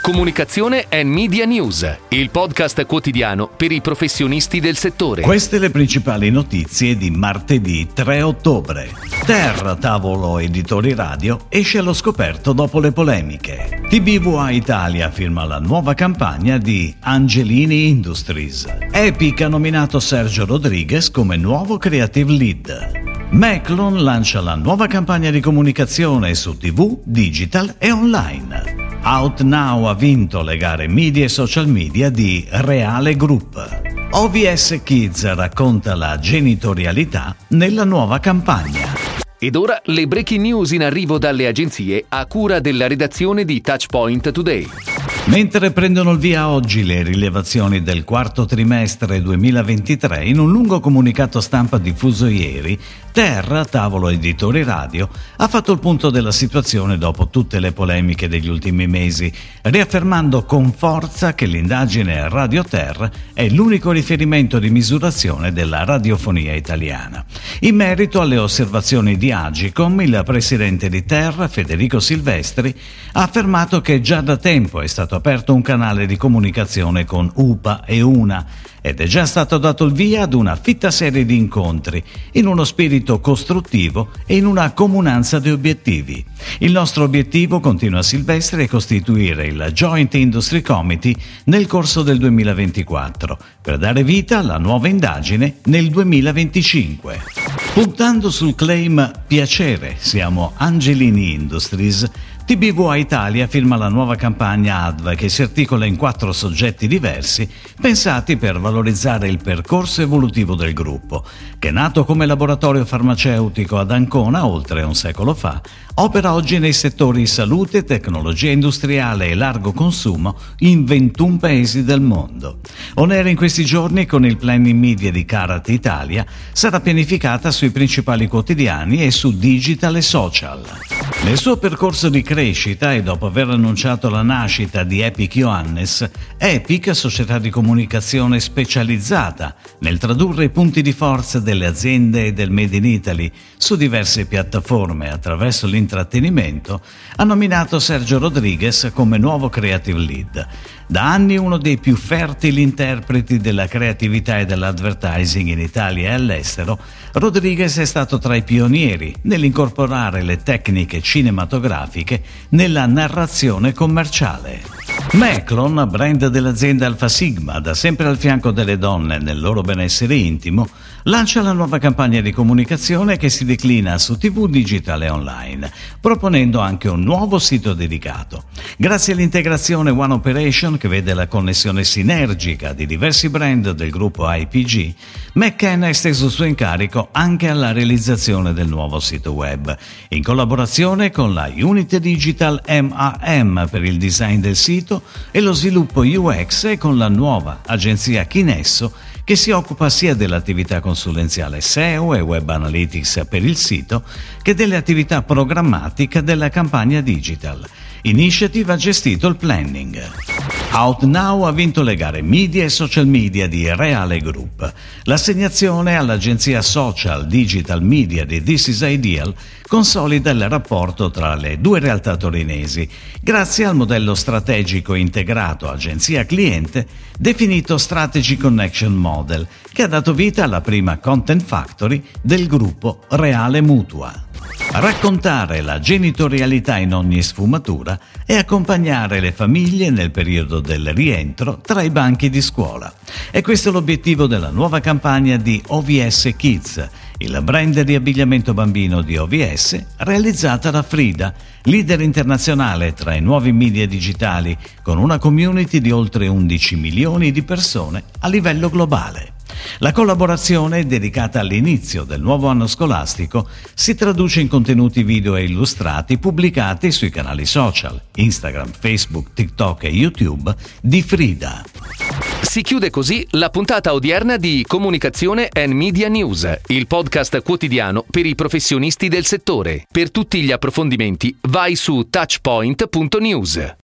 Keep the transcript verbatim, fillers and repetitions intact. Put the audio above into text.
Comunicazione and Media News, il podcast quotidiano per i professionisti del settore. Queste le principali notizie di martedì tre ottobre. Terra, tavolo editori radio, esce allo scoperto dopo le polemiche. T B V A Italia firma la nuova campagna di Angelini Industries. Epic ha nominato Sergio Rodriguez come nuovo creative lead. Meclon lancia la nuova campagna di comunicazione su tivù, digital e online. OutNow ha vinto le gare media e social media di Reale Group. O V S Kids racconta la genitorialità nella nuova campagna. Ed ora le breaking news in arrivo dalle agenzie a cura della redazione di Touchpoint Today. Mentre prendono il via oggi le rilevazioni del quarto trimestre duemilaventitré, in un lungo comunicato stampa diffuso ieri, Terra, tavolo editori radio, ha fatto il punto della situazione dopo tutte le polemiche degli ultimi mesi, riaffermando con forza che l'indagine Radio Terra è l'unico riferimento di misurazione della radiofonia italiana. In merito alle osservazioni di Agicom, il presidente di Terra, Federico Silvestri, ha affermato che già da tempo è stato aperto un canale di comunicazione con U P A e U N A ed è già stato dato il via ad una fitta serie di incontri in uno spirito costruttivo e in una comunanza di obiettivi. Il nostro obiettivo, continua Silvestri, è costituire il Joint Industry Committee nel corso del duemilaventiquattro per dare vita alla nuova indagine nel duemilaventicinque. Puntando sul claim piacere, siamo Angelini Industries, T B V A Italia firma la nuova campagna A D V che si articola in quattro soggetti diversi pensati per valorizzare il percorso evolutivo del gruppo, che nato come laboratorio farmaceutico ad Ancona oltre un secolo fa, opera oggi nei settori salute, tecnologia industriale e largo consumo in ventuno paesi del mondo. On air in questi giorni con il planning media di Karat Italia sarà pianificata sui principali quotidiani e su digital e social. Nel suo percorso di crescita e dopo aver annunciato la nascita di Epic Johannes, Epic, società di comunicazione specializzata nel tradurre i punti di forza delle aziende e del Made in Italy su diverse piattaforme attraverso l'intrattenimento, ha nominato Sergio Rodriguez come nuovo creative lead. Da anni uno dei più fertili interpreti della creatività e dell'advertising in Italia e all'estero, Rodriguez è stato tra i pionieri nell'incorporare le tecniche cinematografiche nella narrazione commerciale. Meclon, brand dell'azienda Alfa Sigma, da sempre al fianco delle donne nel loro benessere intimo, lancia la nuova campagna di comunicazione che si declina su tivù, digitale e online, proponendo anche un nuovo sito dedicato. Grazie all'integrazione One Operation, che vede la connessione sinergica di diversi brand del gruppo I P G, McCann ha esteso il suo incarico anche alla realizzazione del nuovo sito web, in collaborazione con la Unity Digital M A M per il design del sito e lo sviluppo U X e con la nuova agenzia Kinesso, che si occupa sia dell'attività consulenziale S E O e Web Analytics per il sito che delle attività programmatiche della campagna digital. Initiative ha gestito il planning. OutNow ha vinto le gare media e social media di Reale Group. L'assegnazione all'agenzia social digital media di This is Ideal consolida il rapporto tra le due realtà torinesi, grazie al modello strategico integrato agenzia-cliente definito Strategy Connection Model, che ha dato vita alla prima Content Factory del gruppo Reale Mutua. Raccontare la genitorialità in ogni sfumatura e accompagnare le famiglie nel periodo del rientro tra i banchi di scuola. E questo è l'obiettivo della nuova campagna di O V S Kids, il brand di abbigliamento bambino di O V S, realizzata da Frida, leader internazionale tra i nuovi media digitali, con una community di oltre undici milioni di persone a livello globale. La collaborazione, dedicata all'inizio del nuovo anno scolastico, si traduce in contenuti video e illustrati pubblicati sui canali social, Instagram, Facebook, TikTok e YouTube di Frida. Si chiude così la puntata odierna di Comunicazione and Media News, il podcast quotidiano per i professionisti del settore. Per tutti gli approfondimenti vai su touchpoint punto news.